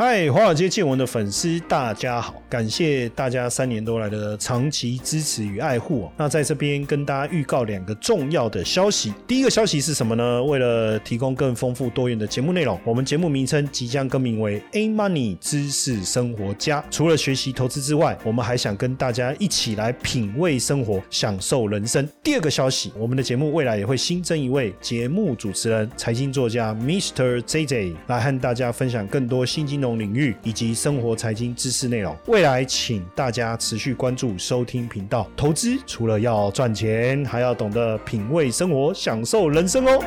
嗨，华尔街见闻的粉丝大家好，感谢大家3年多来的长期支持与爱护那在这边跟大家预告2个重要的消息。第一个消息是什么呢？为了提供更丰富多元的节目内容，我们节目名称即将更名为 A-Money 知识生活家。除了学习投资之外，我们还想跟大家一起来品味生活，享受人生。第二个消息，我们的节目未来也会新增一位节目主持人，财经作家 Mr. JJ 来和大家分享更多新金融领域以及生活财经知识内容。未来请大家持续关注收听频道。投资除了要赚钱，还要懂得品味生活，享受人生哦。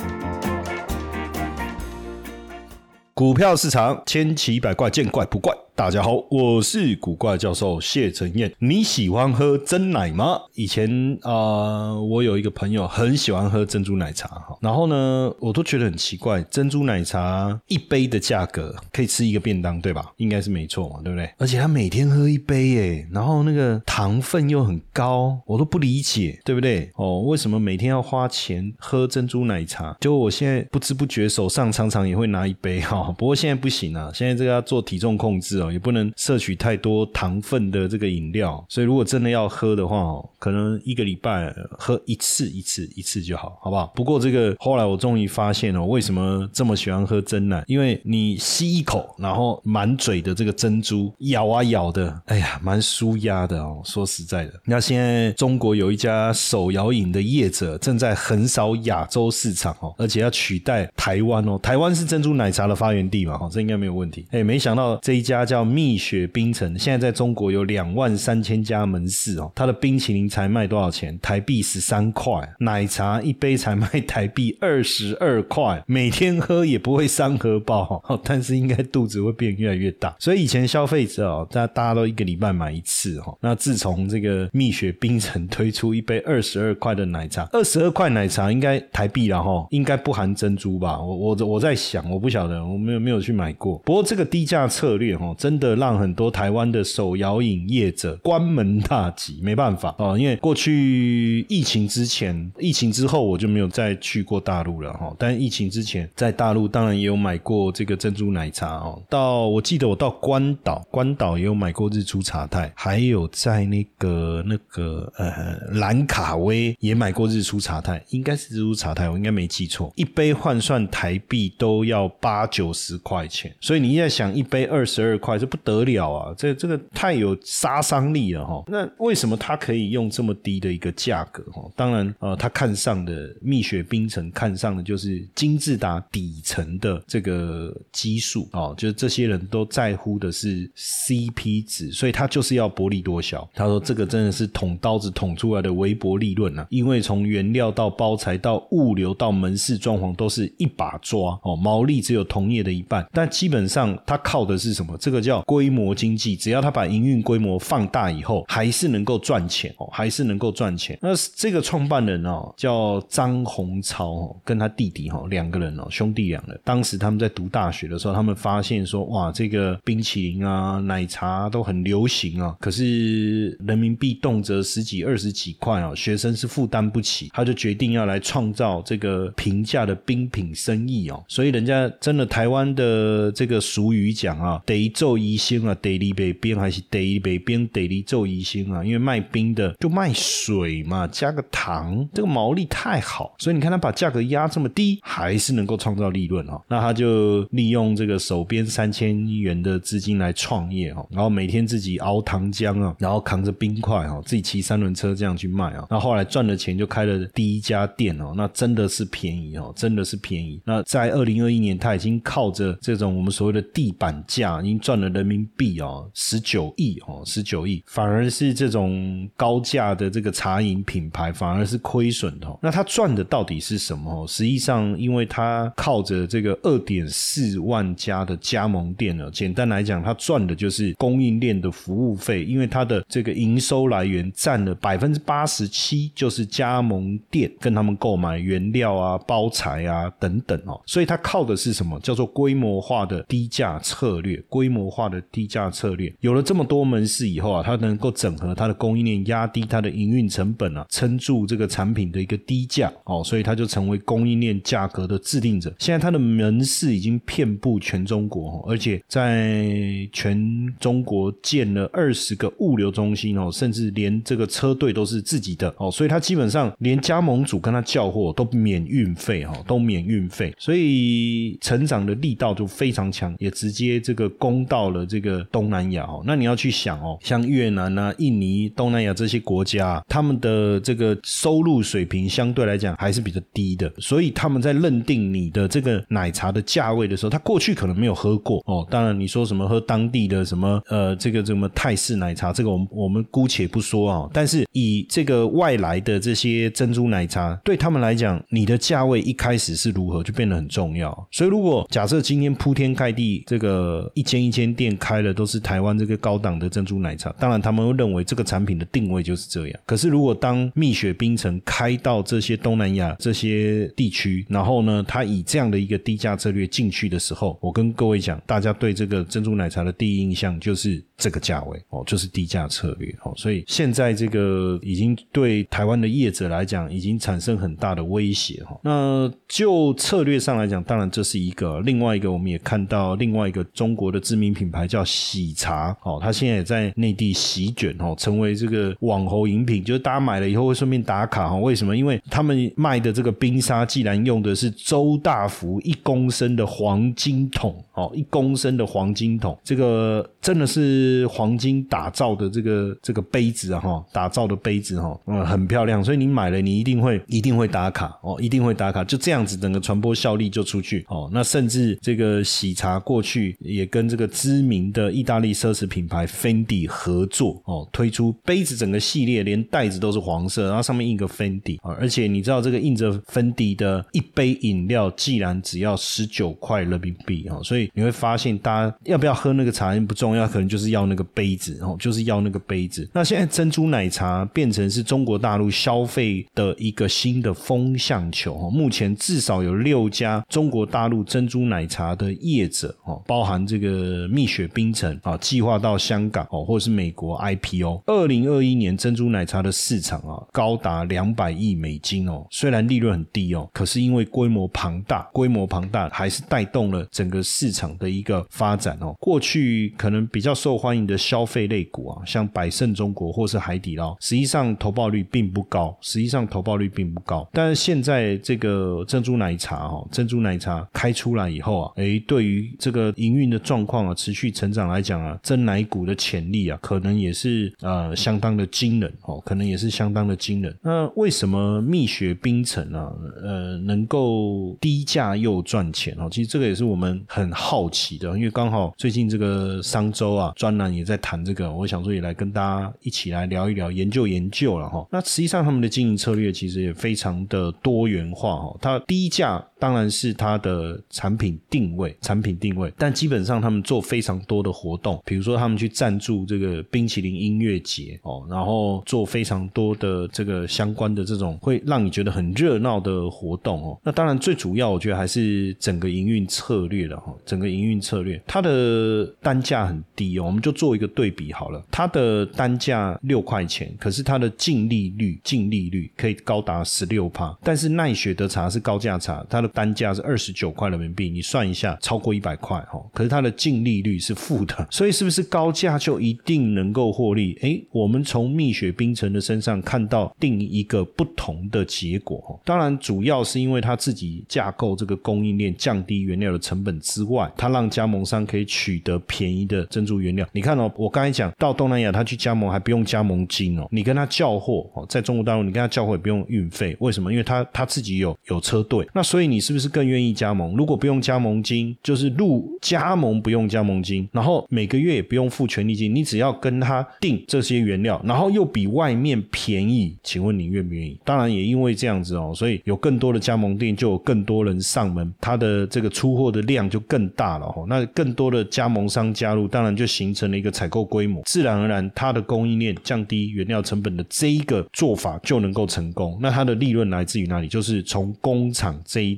股票市场千奇百怪，见怪不怪。大家好，我是股怪教授谢承彦。你喜欢喝珍奶吗？以前我有一个朋友很喜欢喝珍珠奶茶，然后呢我都觉得很奇怪，珍珠奶茶一杯的价格可以吃一个便当，对吧？应该是没错嘛，对不对？而且他每天喝一杯耶，然后那个糖分又很高，我都不理解，对不对？为什么每天要花钱喝珍珠奶茶？就我现在不知不觉手上常常也会拿一杯不过现在不行啊，现在这个要做体重控制也不能摄取太多糖分的这个饮料，所以如果真的要喝的话可能1个礼拜喝一次就好，好不好？不过这个后来我终于发现为什么这么喜欢喝珍奶，因为你吸一口，然后满嘴的这个珍珠咬啊咬的，哎呀蛮舒压的说实在的，那现在中国有一家手摇饮的业者正在横扫亚洲市场而且要取代台湾台湾是珍珠奶茶的发源地嘛这应该没有问题。没想到这一家叫蜜雪冰城，现在在中国有23000家门市它的冰淇淋才卖多少钱？台币13块，奶茶一杯才卖台币22块，每天喝也不会伤荷包但是应该肚子会变越来越大。所以以前消费者大家都1个礼拜买一次那自从这个蜜雪冰城推出一杯22块的奶茶，22块奶茶应该台币啦应该不含珍珠吧？我在想，我不晓得，我没有去买过。不过这个低价策略真的让很多台湾的手摇饮业者关门大吉，没办法因为过去疫情之后我就没有再去过大陆了但疫情之前在大陆当然也有买过这个珍珠奶茶我记得我到关岛也有买过日出茶太，还有在那个兰卡威也买过日出茶太，应该是日出茶太，我应该没记错，一杯换算台币都要80-90块钱，所以你在想一杯22块，这不得了啊，这个太有杀伤力了那为什么他可以用这么低的一个价格当然他看上的蜜雪冰城看上的就是金字塔底层的这个基数就是这些人都在乎的是 CP 值，所以他就是要薄利多销。他说这个真的是捅刀子捅出来的微薄利润因为从原料到包材到物流到门市装潢都是一把抓毛利只有同业的一半，但基本上他靠的是什么？这个叫规模经济，只要他把营运规模放大以后还是能够赚钱还是能够赚钱。那这个创办人叫张宏超跟他弟弟2个人兄弟2人，当时他们在读大学的时候，他们发现说哇，这个冰淇淋奶茶都很流行可是人民币动辄10几20几块学生是负担不起，他就决定要来创造这个平价的冰品生意所以人家真的台湾的这个俗语讲第一做医生第二卖冰还是第一卖冰第二做医生因为卖冰的就卖水嘛，加个糖，这个毛利太好，所以你看他把价格压这么低还是能够创造利润那他就利用这个手边3000元的资金来创业然后每天自己熬糖浆然后扛着冰块自己骑3轮车这样去卖那后来赚了钱就开了第一家店那真的是便宜真的是便宜。那在2021年他已经靠着这种我们所谓的地板价已经赚了人民币19亿，反而是这种高价的这个茶饮品牌反而是亏损的那他赚的到底是什么实际上因为他靠着这个2.4万家的加盟店简单来讲他赚的就是供应链的服务费，因为他的这个营收来源占了 87% 就是加盟店跟他们购买原料包材等等所以他靠的是什么？叫做规模化的低价策略，规模模化的低价策略。有了这么多门市以后啊，它能够整合它的供应链，压低它的营运成本啊，撑住这个产品的一个低价所以它就成为供应链价格的制定者。现在它的门市已经遍布全中国，而且在全中国建了20个物流中心，甚至连这个车队都是自己的，所以它基本上连加盟主跟他叫货都免运费，所以成长的力道就非常强，也直接这个攻到了这个东南亚。那你要去想像越南啊、印尼、东南亚这些国家，他们的这个收入水平相对来讲还是比较低的，所以他们在认定你的这个奶茶的价位的时候，他过去可能没有喝过当然你说什么喝当地的什么这个什么泰式奶茶，这个我们姑且不说但是以这个外来的这些珍珠奶茶对他们来讲，你的价位一开始是如何就变得很重要。所以如果假设今天铺天盖地这个一间一间店开了都是台湾这个高档的珍珠奶茶，当然他们会认为这个产品的定位就是这样。可是如果当蜜雪冰城开到这些东南亚这些地区，然后呢他以这样的一个低价策略进去的时候，我跟各位讲，大家对这个珍珠奶茶的第一印象就是这个价位就是低价策略所以现在这个已经对台湾的业者来讲已经产生很大的威胁那就策略上来讲，当然这是一个。另外一个我们也看到另外一个中国的知名品牌叫喜茶它现在也在内地席卷成为这个网红饮品，就是大家买了以后会顺便打卡为什么？因为他们卖的这个冰沙既然用的是周大福1公升的黄金桶1公升的黄金桶，这个真的是黄金打造的这个杯子打造的杯子很漂亮，所以你买了你一定会打卡一定会打卡，就这样子整个传播效力就出去那甚至这个喜茶过去也跟这个知名的意大利奢侈品牌 Fendi 合作推出杯子整个系列，连袋子都是黄色，然后上面印个 Fendi 而且你知道这个印着 Fendi 的一杯饮料既然只要19块人民币所以你会发现大家要不要喝那个茶不重要，可能就是要那个杯子就是要那个杯子。那现在珍珠奶茶变成是中国大陆消费的一个新的风向球目前至少有6家中国大陆珍珠奶茶的业者包含这个蜜雪冰城计划到香港或者是美国 IPO。 2021年珍珠奶茶的市场高达200亿美金虽然利润很低可是因为规模庞大还是带动了整个市场的一个发展过去可能比较受欢迎的消费类股像百胜中国或是海底捞，实际上投报率并不高，但是现在这个珍珠奶茶开出来以后对于这个营运的状况持续成长来讲珍奶股的潜力可能也是相当的惊人那为什么蜜雪冰城能够低价又赚钱其实这个也是我们很好奇的，因为刚好最近这个商周专栏也在谈这个，我想说也来跟大家一起来聊一聊，研究了那实际上他们的经营策略其实也非常的多元化它低价当然是它的产品定位，但基本上他们做非常多的活动，比如说他们去赞助这个冰淇淋音乐节然后做非常多的这个相关的这种会让你觉得很热闹的活动那当然最主要我觉得还是整个营运策略了它的单价很低我们就做一个对比好了，它的单价6块钱，可是它的净利率可以高达 16%， 但是奈雪的茶是高价茶，它的单价是29块人民币，你算一下超过100块可是它的净利率是负的，所以是不是高价就一定能够获利？我们从蜜雪冰城的身上看到另一个不同的结果当然主要是因为它自己架构这个供应链，降低原料的成本之外，它让加盟商可以取得便宜的珍珠原料。你看我刚才讲到东南亚他去加盟还不用加盟金你跟他叫货在中国大陆你跟他叫货也不用运费，为什么？因为他自己有车队，那所以你是不是更愿意加盟？如果不用加盟金，就是加盟不用加盟金，然后每个月也不用付权利金，你只要跟他订这些原料，然后又比外面便宜，请问你愿不愿意？当然也因为这样子所以有更多的加盟店就有更多人上门，他的这个出货的量就更大了那更多的加盟商加入，当然就形成了一个采购规模，自然而然它的供应链降低原料成本的这一个做法就能够成功。那它的利润来自于哪里？就是从工厂这一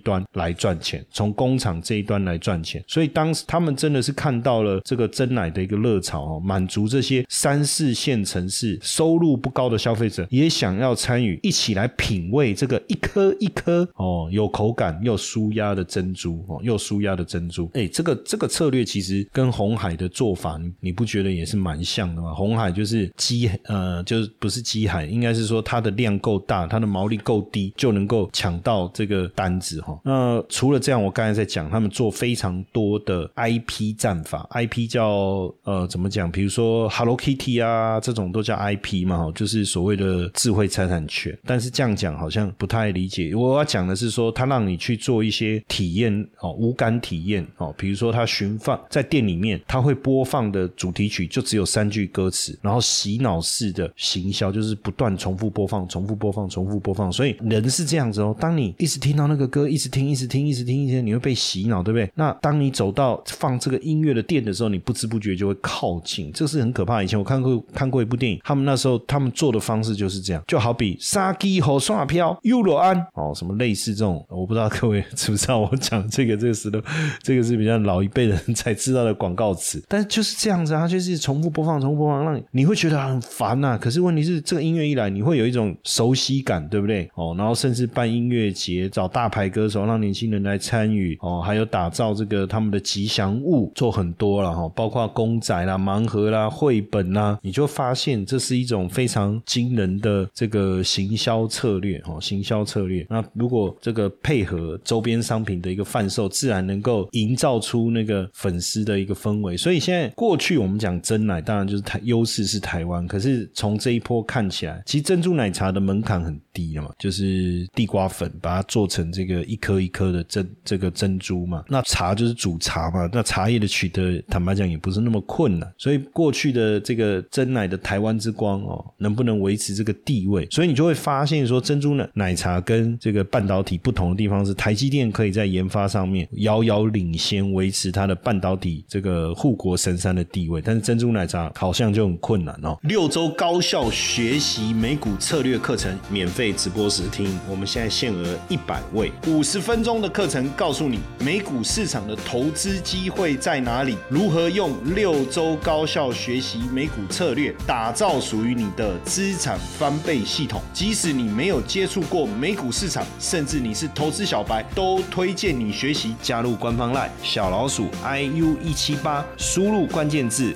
端来赚钱，从工厂这一端来赚钱。所以当他们真的是看到了这个珍奶的一个热潮，满足这些3、4线城市收入不高的消费者也想要参与，一起来品味这个一颗一颗有口感又舒压的珍珠又舒压的珍珠。这个策略其实跟鸿海的做法你不觉得也是蛮像的吗？鸿海就是就是不是机海，应该是说它的量够大，它的毛利够低，就能够抢到这个单子那除了这样，我刚才在讲他们做非常多的 IP 战法， IP 叫怎么讲，比如说 Hello Kitty 啊，这种都叫 IP 嘛，就是所谓的智慧财产权。但是这样讲好像不太理解，我要讲的是说他让你去做一些体验无感体验比如说他循放在店里面，他会播放的主题曲就只有3句歌词，然后洗脑式的行销，就是不断重复播放重复播放重复播放。所以人是这样子当你一直听到那个歌，一直听一直听一直听一直听，你会被洗脑，对不对？那当你走到放这个音乐的店的时候，你不知不觉就会靠近，这是很可怕。以前我看过一部电影，他们那时候他们做的方式就是这样，就好比沙基吼刷飘优罗安什么类似这种，我不知道各位知不知道我讲这个这个是比较老一辈人才知道的广告词，但是就是这样子它就是重复播放重复播放，让你会觉得很烦可是问题是这个音乐一来，你会有一种熟悉感，对不对然后甚至办音乐节，找大牌歌手让年轻人来参与还有打造这个他们的吉祥物，做很多啦包括公仔啦、盲盒啦、绘本啦，你就发现这是一种非常惊人的这个行销策略那如果这个配合周边商品的一个贩售，自然能够营造出那个粉丝的一个氛围。所以现在过去我们讲珍奶，当然就是优势是台湾，可是从这一波看起来，其实珍珠奶茶的门槛很低了嘛，就是地瓜粉把它做成这个一颗一颗的这个珍珠嘛，那茶就是煮茶嘛，那茶叶的取得坦白讲也不是那么困难，所以过去的这个珍奶的台湾之光能不能维持这个地位，所以你就会发现说珍珠奶茶跟这个半导体不同的地方是，台积电可以在研发上面遥遥领先，维持它的半导体这个护国神山的地位，但是珍珠奶茶好像就很困难6周高效学习美股策略课程免费直播时听，我们现在限额100位，50分钟的课程告诉你美股市场的投资机会在哪里，如何用6周高效学习美股策略打造属于你的资产翻倍系统。即使你没有接触过美股市场，甚至你是投资小白，都推荐你学习。加入官方 LINE 小老鼠 IU178， 输入关键字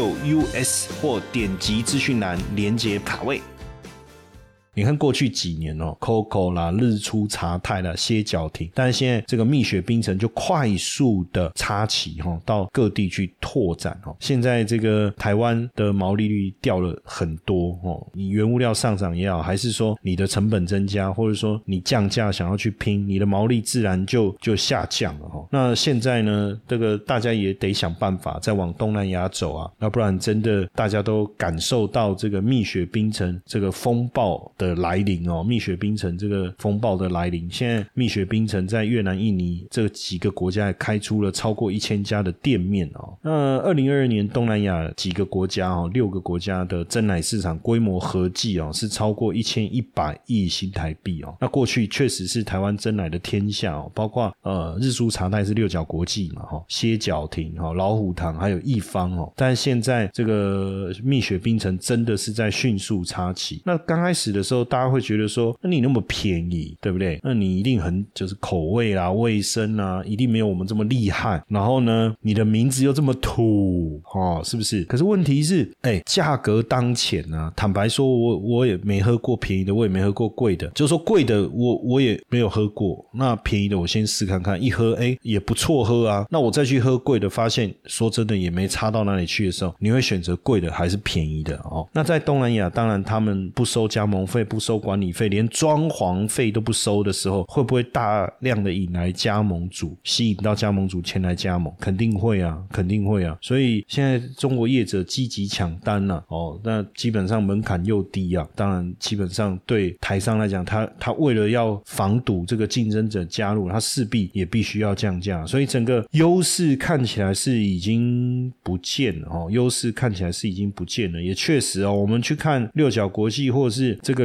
6US 或点击资讯栏连结卡位。你看过去几年Coco 啦、日出茶太啦、歇脚亭，但是现在这个蜜雪冰城就快速的插旗到各地去拓展现在这个台湾的毛利率掉了很多你原物料上涨也好，还是说你的成本增加，或者说你降价想要去拼，你的毛利自然就下降了那现在呢，这个大家也得想办法再往东南亚走要不然真的大家都感受到这个蜜雪冰城这个风暴的来临蜜雪冰城这个风暴的来临，现在蜜雪冰城在越南、印尼这几个国家也开出了超过1000家的店面那2022年东南亚几个国家6个国家的珍奶市场规模合计是超过1100亿新台币那过去确实是台湾珍奶的天下包括日出茶太是六角国际嘛歇脚亭老虎堂还有一方但现在这个蜜雪冰城真的是在迅速插旗。那刚开始的时候大家会觉得说那你那么便宜对不对，那你一定很就是口味啦卫生啦一定没有我们这么厉害，然后呢你的名字又这么土是不是？可是问题是价格当前坦白说我也没喝过便宜的，我也没喝过贵的，就是说贵的我也没有喝过，那便宜的我先试看看，一喝也不错喝那我再去喝贵的，发现说真的也没差到哪里去的时候，你会选择贵的还是便宜的那在东南亚当然他们不收加盟费，不收管理费，连装潢费都不收的时候，会不会大量的引来加盟主，吸引到加盟主前来加盟？肯定会肯定会所以现在中国业者积极抢单那基本上门槛又低当然基本上对台商来讲，他为了要防堵这个竞争者加入，他势必也必须要降价，所以整个优势看起来是已经不见了优势看起来是已经不见了。也确实我们去看六角国际或者是这个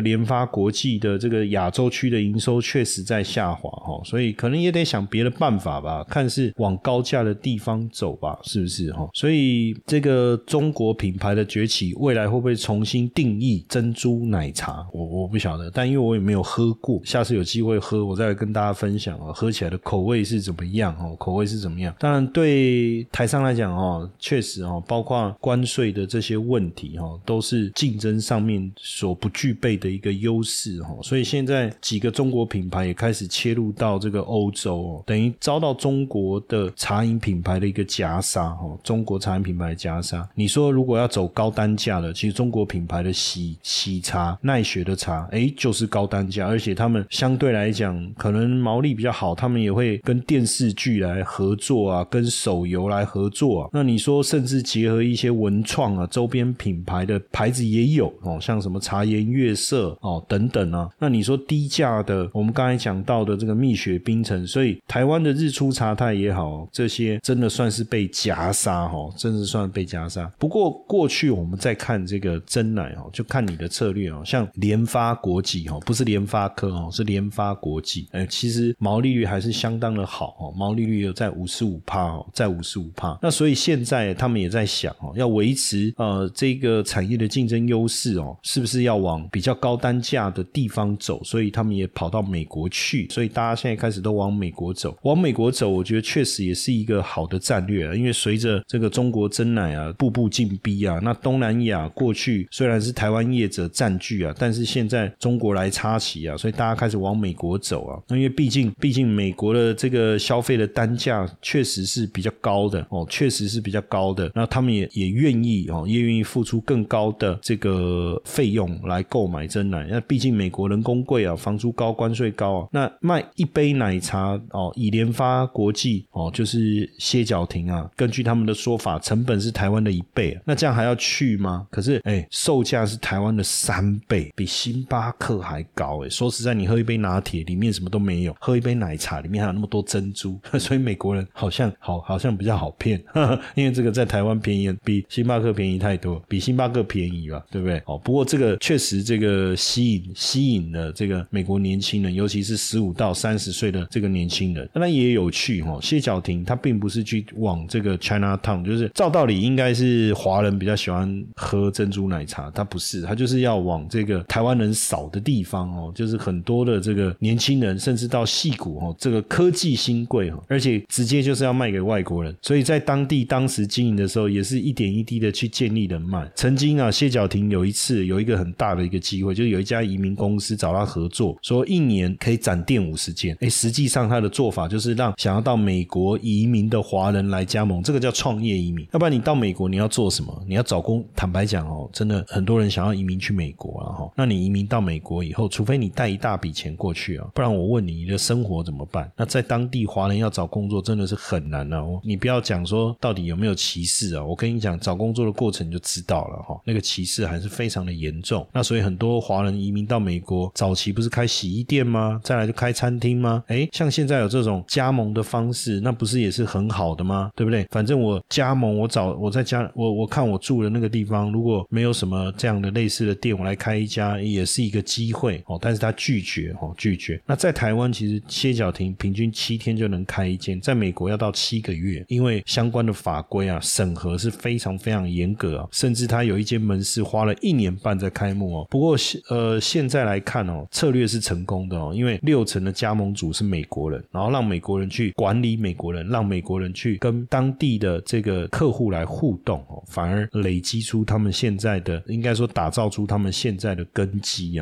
联发国际的这个亚洲区的营收确实在下滑所以可能也得想别的办法吧，看是往高价的地方走吧，是不是所以这个中国品牌的崛起未来会不会重新定义珍珠奶茶，我不晓得，但因为我也没有喝过，下次有机会喝我再来跟大家分享喝起来的口味是怎么样当然对台商来讲确实包括关税的这些问题都是竞争上面所不具备的一个优势所以现在几个中国品牌也开始切入到这个欧洲等于遭到中国的茶饮品牌的一个夹杀中国茶饮品牌的夹杀。你说如果要走高单价的，其实中国品牌的喜茶、奈雪的茶就是高单价，而且他们相对来讲可能毛利比较好，他们也会跟电视剧来合作跟手游来合作那你说甚至结合一些文创周边品牌的牌子也有像什么茶颜悦色等等那你说低价的，我们刚才讲到的这个蜜雪冰城，所以台湾的日出茶太也好，这些真的算是被夹杀真的算被夹杀。不过过去我们再看这个珍奶就看你的策略像联发国际不是联发科是联发国际其实毛利率还是相当的好毛利率有在 55% 在 55%。 那所以现在他们也在想要维持这个产业的竞争优势是不是要往比较高单价的地方走，所以他们也跑到美国去，所以大家现在开始都往美国走，我觉得确实也是一个好的战略因为随着这个中国珍奶步步进逼那东南亚过去虽然是台湾业者占据但是现在中国来插旗所以大家开始往美国走因为毕竟美国的这个消费的单价确实是比较高的那他们也愿意付出更高的这个费用来购买珍奶，那毕竟美国人工贵房租高，关税高那卖一杯奶茶以联发国际就是歇脚亭根据他们的说法成本是台湾的1倍那这样还要去吗？可是售价是台湾的3倍，比星巴克还高说实在，你喝一杯拿铁里面什么都没有，喝一杯奶茶里面还有那么多珍珠所以美国人好像比较好骗因为这个在台湾便宜，比星巴克便宜太多，比星巴克便宜吧，对不对不过这个确实这个吸引了这个美国年轻人，尤其是15到30岁的这个年轻人。那也有趣歇脚亭他并不是去往这个 Chinatown， 就是照道理应该是华人比较喜欢喝珍珠奶茶，他不是，他就是要往这个台湾人少的地方就是很多的这个年轻人甚至到矽谷这个科技新贵而且直接就是要卖给外国人，所以在当地当时经营的时候也是一点一滴的去建立人脉。曾经歇脚亭有一次有一个很大的一个机会，就是有一家移民公司找他合作，说1年可以展店50间实际上他的做法就是让想要到美国移民的华人来加盟，这个叫创业移民。要不然你到美国你要做什么？你要找工，坦白讲真的很多人想要移民去美国那你移民到美国以后，除非你带一大笔钱过去不然我问你，你的生活怎么办？那在当地华人要找工作真的是很难你不要讲说到底有没有歧视我跟你讲，找工作的过程就知道了那个歧视还是非常的严重。那所以很多华人移民到美国，早期不是开洗衣店吗？再来就开餐厅吗？像现在有这种加盟的方式，那不是也是很好的吗？对不对？反正我加盟，我在家，我看我住的那个地方如果没有什么这样的类似的店，我来开一家也是一个机会但是他拒绝。那在台湾其实歇脚亭平均7天就能开一间，在美国要到7个月，因为相关的法规审核是非常非常严格甚至他有一间门市花了1年半在开幕不过现在来看策略是成功的因为60%的加盟主是美国人，然后让美国人去管理美国人，让美国人去跟当地的这个客户来互动反而累积出他们现在的，应该说打造出他们现在的根基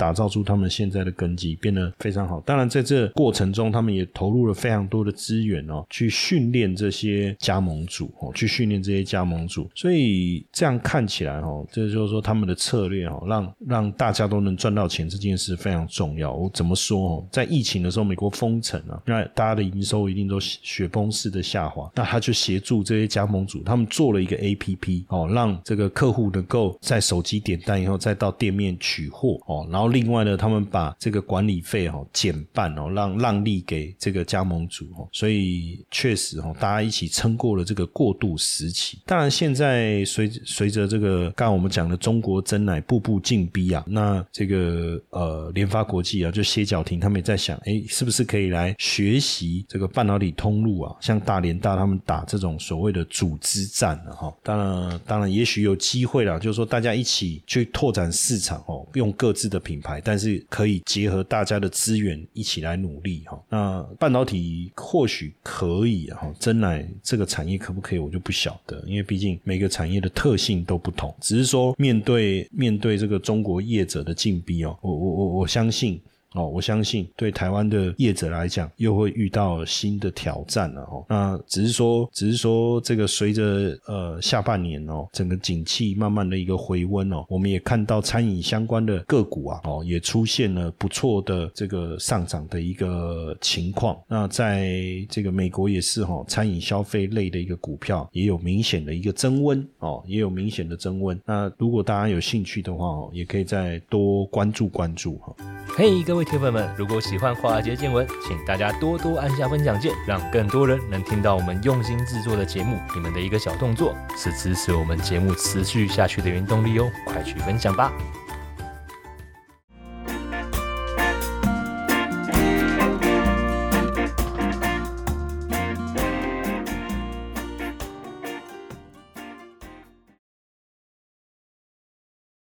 变得非常好。当然在这过程中他们也投入了非常多的资源去训练这些加盟主所以这样看起来这就是说他们的策略让大家都能赚到钱，这件事非常重要。我怎么说在疫情的时候美国封城那大家的营收一定都雪崩式的下滑，那他就协助这些加盟主，他们做了一个 APP 让这个客户能够在手机点单以后再到店面取货然后另外呢他们把这个管理费减半让利给这个加盟主所以确实大家一起撑过了这个过渡时期。当然现在随着这个刚刚我们讲的中国珍奶步步进逼那这个联发国际啊，就歇脚亭他们也在想，是不是可以来学习这个半导体通路啊，像大联大他们打这种所谓的组织战啊，当然也许有机会啦，就是说大家一起去拓展市场用各自的品牌，但是可以结合大家的资源一起来努力那半导体或许可以真乃这个产业可不可以我就不晓得，因为毕竟每个产业的特性都不同，只是说面对这个中国业者的禁逼我相信我相信对台湾的业者来讲又会遇到新的挑战了那只是说这个随着下半年整个景气慢慢的一个回温我们也看到餐饮相关的个股啊也出现了不错的这个上涨的一个情况。那在这个美国也是餐饮消费类的一个股票也有明显的一个增温那如果大家有兴趣的话也可以再多关注嘿，各位铁粉们，如果喜欢华尔街见闻，请大家多多按下分享键，让更多人能听到我们用心制作的节目。你们的一个小动作是支持我们节目持续下去的原动力哦，快去分享吧。